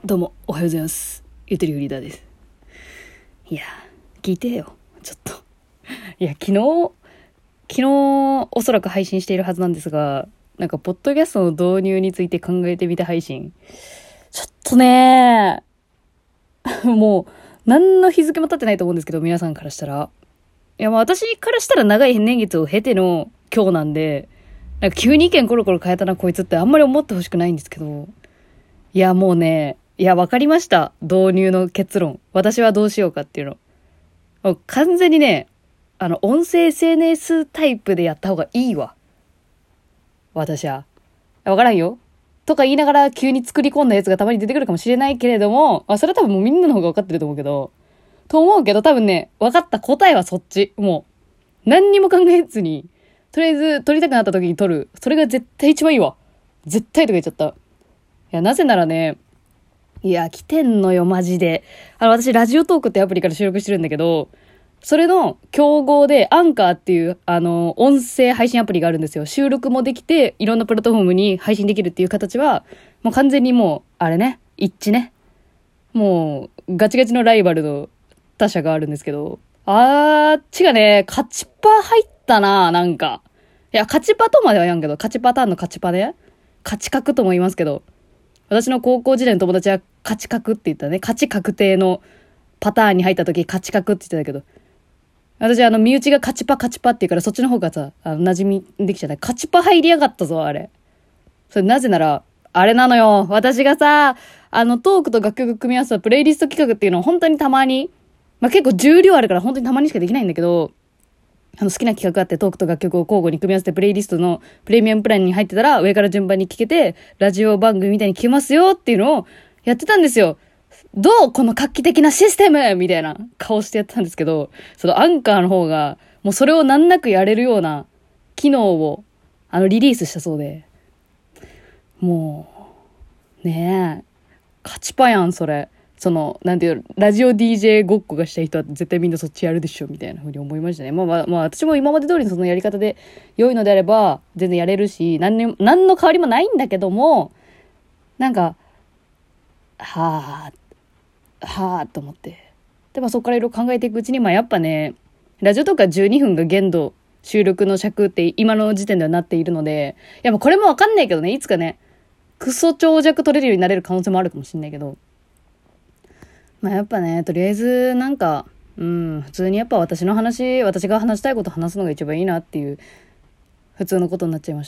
どうもおはようございます。ゆとりフリーダーです。いや聞いてよちょっといや昨日おそらく配信しているはずなんですが、なんかポッドキャストの導入について考えてみた配信、ちょっとねもう何の日付も経ってないと思うんですけど、皆さんからしたら、いや私からしたら長い年月を経ての今日なんで、なんか急に意見コロコロ変えたなこいつってあんまり思ってほしくないんですけど、いやもうね、いやわかりました、導入の結論。私はどうしようかっていうのもう完全にね、音声 SNS タイプでやった方がいいわ、私は。わからんよとか言いながら急に作り込んだやつがたまに出てくるかもしれないけれども、それは多分もうみんなの方が分かってると思うけど、多分ね、分かった答えはそっち。もう何にも考えずにとりあえず撮りたくなった時に撮る、それが絶対一番いいわ。絶対とか言っちゃった。いやなぜならね、いや来てんのよマジで。私ラジオトークってアプリから収録してるんだけど、それの競合でアンカーっていう音声配信アプリがあるんですよ。収録もできていろんなプラットフォームに配信できるっていう形はもう完全にもうあれね、一致ね、もうガチガチのライバルの他社があるんですけど、あっちがね勝ちパ入ったな。なんかいや勝ちパとまでは言わんけど、勝ちパターンの勝ちパね、勝ち確とも言いますけど、私の高校時代の友達は勝ち確って言ったね。勝ち確定のパターンに入った時勝ち確って言ってたけど、私身内が勝ちパって言うから、そっちの方がさ馴染みできちゃった。勝ちパ入りやがったぞあれ。それなぜならあれなのよ、私がさトークと楽曲組み合わせたプレイリスト企画っていうのを本当にたまに、結構重量あるから本当にたまにしかできないんだけど、好きな企画があって、トークと楽曲を交互に組み合わせてプレイリストのプレミアムプランに入ってたら上から順番に聴けてラジオ番組みたいに聴けますよっていうのをやってたんですよ。どうこの画期的なシステムみたいな顔してやってたんですけど、そのアンカーの方がもうそれを難なくやれるような機能をリリースしたそうで、もうねえ勝ちパやんそれ。なんていうラジオ DJ ごっこがしたい人は絶対みんなそっちやるでしょみたいな風に思いましたね。私も今まで通りのそのやり方で良いのであれば全然やれるし、何の変わりもないんだけども、なんかはあと思って、でそこからいろいろ考えていくうちに、やっぱねラジオとか12分が限度、収録の尺って今の時点ではなっているので、いやこれもわかんないけどね、いつかねクソ長尺取れるようになれる可能性もあるかもしれないけど、やっぱね、とりあえずなんか普通にやっぱ私が話したいこと話すのが一番いいなっていう普通のことになっちゃいました。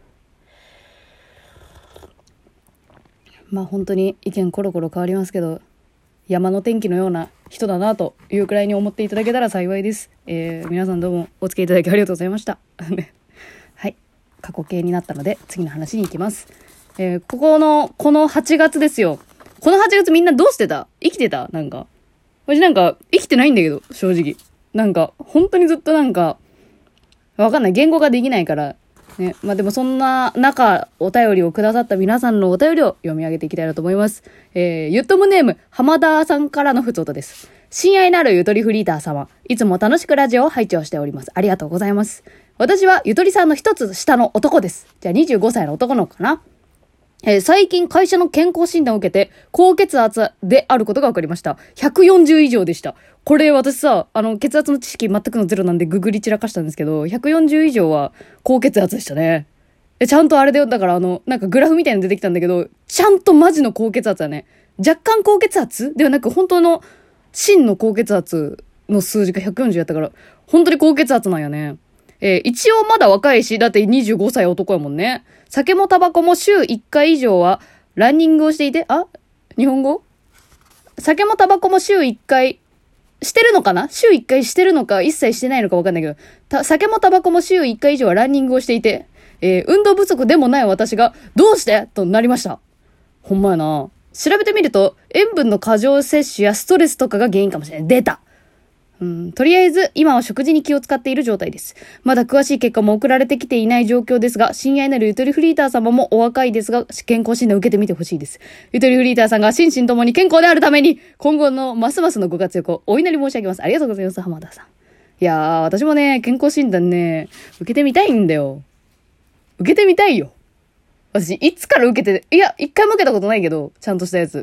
本当に意見コロコロ変わりますけど、山の天気のような人だなというくらいに思っていただけたら幸いです。皆さんどうもお付き合いいただきありがとうございましたはい、過去形になったので次の話に行きます。この8月ですよ。この8月みんなどうしてた？生きてた？私生きてないんだけど、正直本当にずっとわかんない、言語ができないからね。でもそんな中お便りをくださった皆さんのお便りを読み上げていきたいなと思います。ゆっとむネーム浜田さんからのふつおたです。親愛なるゆとりフリーター様、いつも楽しくラジオを拝聴しております。ありがとうございます。私はゆとりさんの一つ下の男です。じゃあ25歳の男の子かな。最近会社の健康診断を受けて高血圧であることが分かりました。140以上でした。これ私さ血圧の知識全くのゼロなんでググり散らかしたんですけど、140以上は高血圧でしたね。ちゃんとあれだよ、だからグラフみたいなの出てきたんだけど、ちゃんとマジの高血圧だね。若干高血圧ではなく本当の真の高血圧の数字が140やったから、本当に高血圧なんやね。一応まだ若いし、だって25歳男やもんね。酒もタバコも週1回以上はランニングをしていて、日本語？酒もタバコも週1回してるのかな？週1回してるのか一切してないのか分かんないけど、酒もタバコも週1回以上はランニングをしていて、運動不足でもない私がどうしてとなりました。ほんまやな。調べてみると塩分の過剰摂取やストレスとかが原因かもしれない。出た。とりあえず今は食事に気を使っている状態です。まだ詳しい結果も送られてきていない状況ですが、親愛なるゆとりフリーター様もお若いですが健康診断を受けてみてほしいです。ゆとりフリーターさんが心身ともに健康であるために今後のますますのご活躍をお祈り申し上げます。ありがとうございます、浜田さん。いやー、私もね健康診断ね受けてみたいんだよ。受けてみたいよ。私いつから受けて、いや一回も受けたことないけど、ちゃんとしたやつ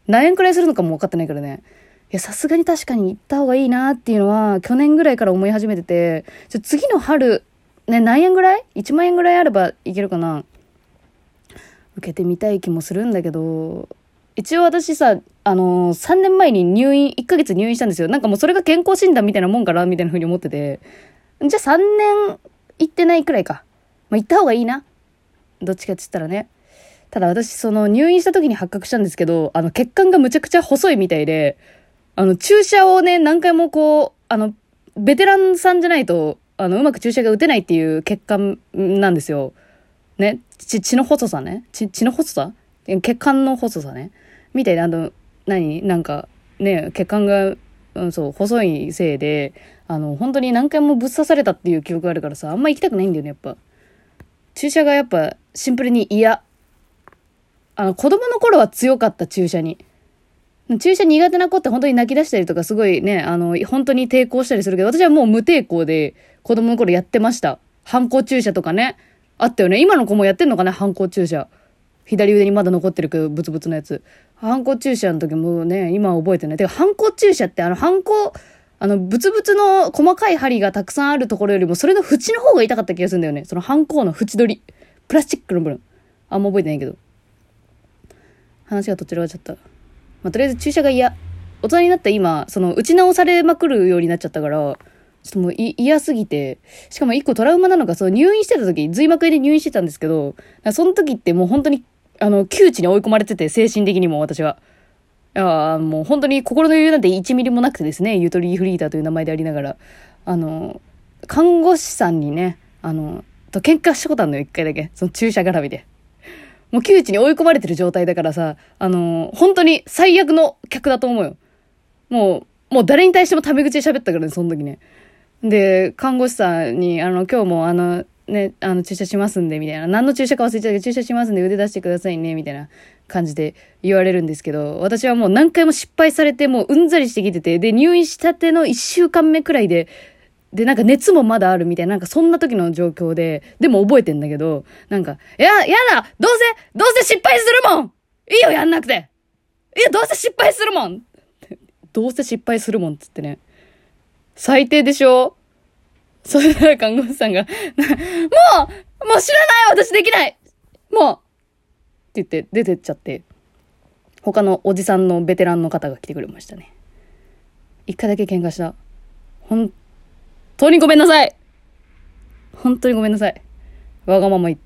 何円くらいするのかも分かってないからね。いや、さすがに確かに行った方がいいなっていうのは、去年ぐらいから思い始めてて、次の春、ね、何円ぐらい ?1 万円ぐらいあればいけるかな。受けてみたい気もするんだけど、一応私さ、3年前に1ヶ月入院したんですよ。なんかもうそれが健康診断みたいなもんかなみたいな風に思ってて。じゃあ3年行ってないくらいか。まあ、行った方がいいな。どっちかって言ったらね。ただ私、入院した時に発覚したんですけど、血管がむちゃくちゃ細いみたいで、注射をね、何回もベテランさんじゃないと、うまく注射が打てないっていう血管なんですよ。ね。血の細さね。血の細さ血管の細さね。みたいな、なんか、ね、血管が、そう、細いせいで、本当に何回もぶっ刺されたっていう記憶があるからさ、あんま行きたくないんだよね、やっぱ。注射がやっぱ、シンプルに嫌。子供の頃は強かった注射に。注射苦手な子って本当に泣き出したりとかすごいね、本当に抵抗したりするけど、私はもう無抵抗で子供の頃やってました。反抗注射とかね。あったよね。今の子もやってんのかな、反抗注射。左腕にまだ残ってるけど、ブツブツのやつ。反抗注射の時もね、今は覚えてない。てか、反抗注射ってブツブツの細かい針がたくさんあるところよりも、それの縁の方が痛かった気がするんだよね。その反抗の縁取り。プラスチックの部分。あんま覚えてないけど。話がとっちらかっちゃった。まあ、とりあえず注射が嫌。大人になった今、打ち直されまくるようになっちゃったから、ちょっともう嫌すぎて、しかも一個トラウマなのが、入院してた時、髄膜炎で入院してたんですけど、その時ってもう本当に、窮地に追い込まれてて、精神的にも私は。もう本当に心の余裕なんて1ミリもなくてですね、ゆとりフリーターという名前でありながら、看護師さんにね、と喧嘩したことあるのよ、一回だけ。その注射絡みで。もう窮地に追い込まれてる状態だからさ、本当に最悪の客だと思うよ。もう誰に対してもタメ口で喋ったからね、その時ね。で、看護師さんに、今日も注射しますんで、みたいな。何の注射か忘れちゃったけど、注射しますんで腕出してくださいね、みたいな感じで言われるんですけど、私はもう何回も失敗されて、もううんざりしてきてて、で、入院したての1週間目くらいで、なんか熱もまだあるみたいな、なんかそんな時の状況で、でも覚えてんだけど、なんか、やだどうせ失敗するもんいいよ、やんなくてどうせ失敗するもんどうせ失敗するもんっつってね。最低でしょ。それなら看護師さんが、もう知らない私できないもうって言って出てっちゃって、他のおじさんのベテランの方が来てくれましたね。一回だけ喧嘩した。本当にごめんなさい。本当にごめんなさい。わがまま言って。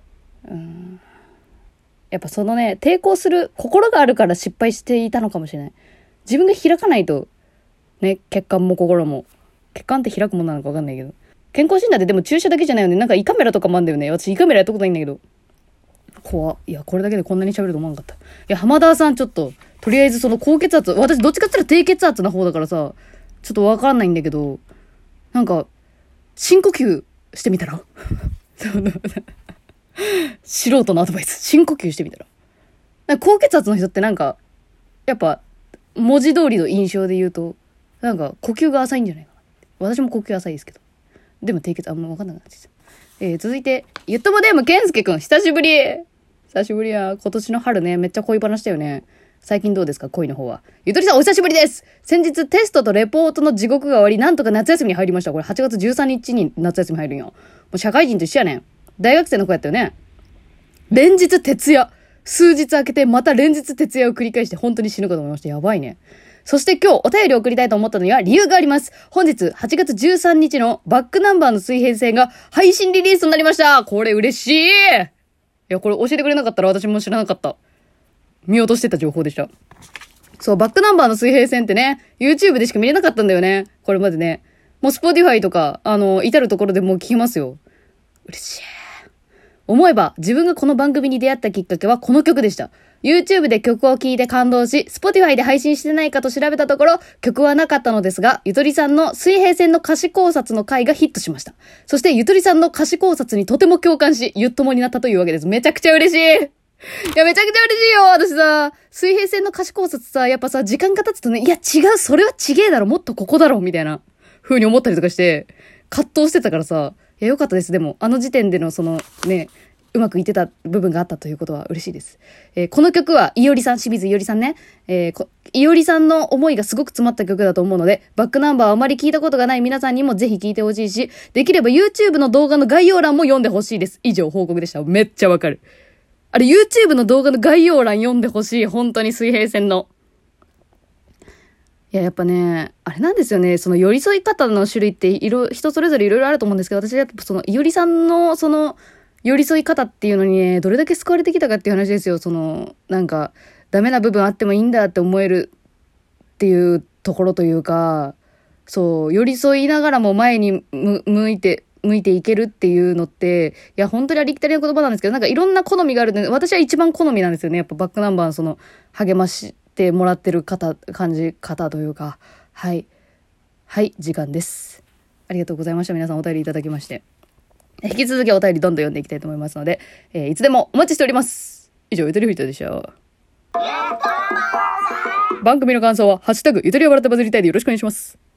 やっぱ抵抗する心があるから失敗していたのかもしれない。自分が開かないと、ね、血管も心も。血管って開くものなのかわかんないけど。健康診断ってでも注射だけじゃないよね。なんか胃カメラとかもあんだよね。私胃カメラやったことないんだけど。怖っ。いや、これだけでこんなに喋ると思わなかった。いや、浜田さんちょっと、とりあえず高血圧、私どっちかって言ったら低血圧な方だからさ、ちょっとわかんないんだけど、なんか、深呼吸してみたら素人のアドバイス。深呼吸してみたら。なんか高血圧の人ってなんか、やっぱ、文字通りの印象で言うと、なんか呼吸が浅いんじゃないかな。私も呼吸浅いですけど。でも低血圧あんま分かんなくなってきた。続いて、ゆっともデーム健介くん、久しぶりや。今年の春ね、めっちゃ恋話したよね。最近どうですか、恋の方は。ゆとりさんお久しぶりです。先日テストとレポートの地獄が終わり、なんとか夏休みに入りました。これ8月13日に夏休み入るんよ。もう社会人と一緒やねん。大学生の子やったよね。連日徹夜。数日空けてまた連日徹夜を繰り返して本当に死ぬかと思いました。やばいね。そして今日お便りを送りたいと思ったのには理由があります。本日8月13日のバックナンバーの水平線が配信リリースとなりました。これ嬉しい。いや、これ教えてくれなかったら私も知らなかった。見落としてた情報でした。そう、バックナンバーの水平線ってね、YouTube でしか見れなかったんだよね。これまでね。もう Spotify とか、至るところでもう聞きますよ。嬉しい。思えば、自分がこの番組に出会ったきっかけはこの曲でした。YouTube で曲を聴いて感動し、Spotify で配信してないかと調べたところ、曲はなかったのですが、ゆとりさんの水平線の歌詞考察の回がヒットしました。そしてゆとりさんの歌詞考察にとても共感し、ゆっともになったというわけです。めちゃくちゃ嬉しい。いや、めちゃくちゃ嬉しいよ。私さ、水平線の歌詞考察さ、やっぱさ、時間が経つとね、いや違う、それはちげえだろ、もっとここだろ、みたいな風に思ったりとかして、葛藤してたからさ、いや、よかったです。でも、あの時点でのね、 うまくいってた部分があったということは嬉しいです。この曲はいおりさん、清水いおりさんね。いおりさんの思いがすごく詰まった曲だと思うので、バックナンバーをあまり聞いたことがない皆さんにもぜひ聞いてほしいし、できれば YouTube の動画の概要欄も読んでほしいです。以上報告でした。めっちゃわかる。あれ YouTube の動画の概要欄読んでほしい。本当に水平線の。いや、やっぱね、あれなんですよね。その寄り添い方の種類って人それぞれいろいろあると思うんですけど、私はやっぱそのいおりさんのその寄り添い方っていうのにね、どれだけ救われてきたかっていう話ですよ。その、なんか、ダメな部分あってもいいんだって思えるっていうところというか、そう、寄り添いながらも前に向いていけるっていうのって、いや、本当にありきたりな言葉なんですけど、なんかいろんな好みがあるんで、私は一番好みなんですよね。やっぱバックナンバーのその、励ましてもらってる感じ方というか、はい。はい、時間です。ありがとうございました。皆さんお便りいただきまして。引き続きお便りどんどん読んでいきたいと思いますので、いつでもお待ちしております。以上、ゆとりフリートでした。番組の感想は、ハッシュタグ、ゆとりを笑ってバズりたいでよろしくお願いします。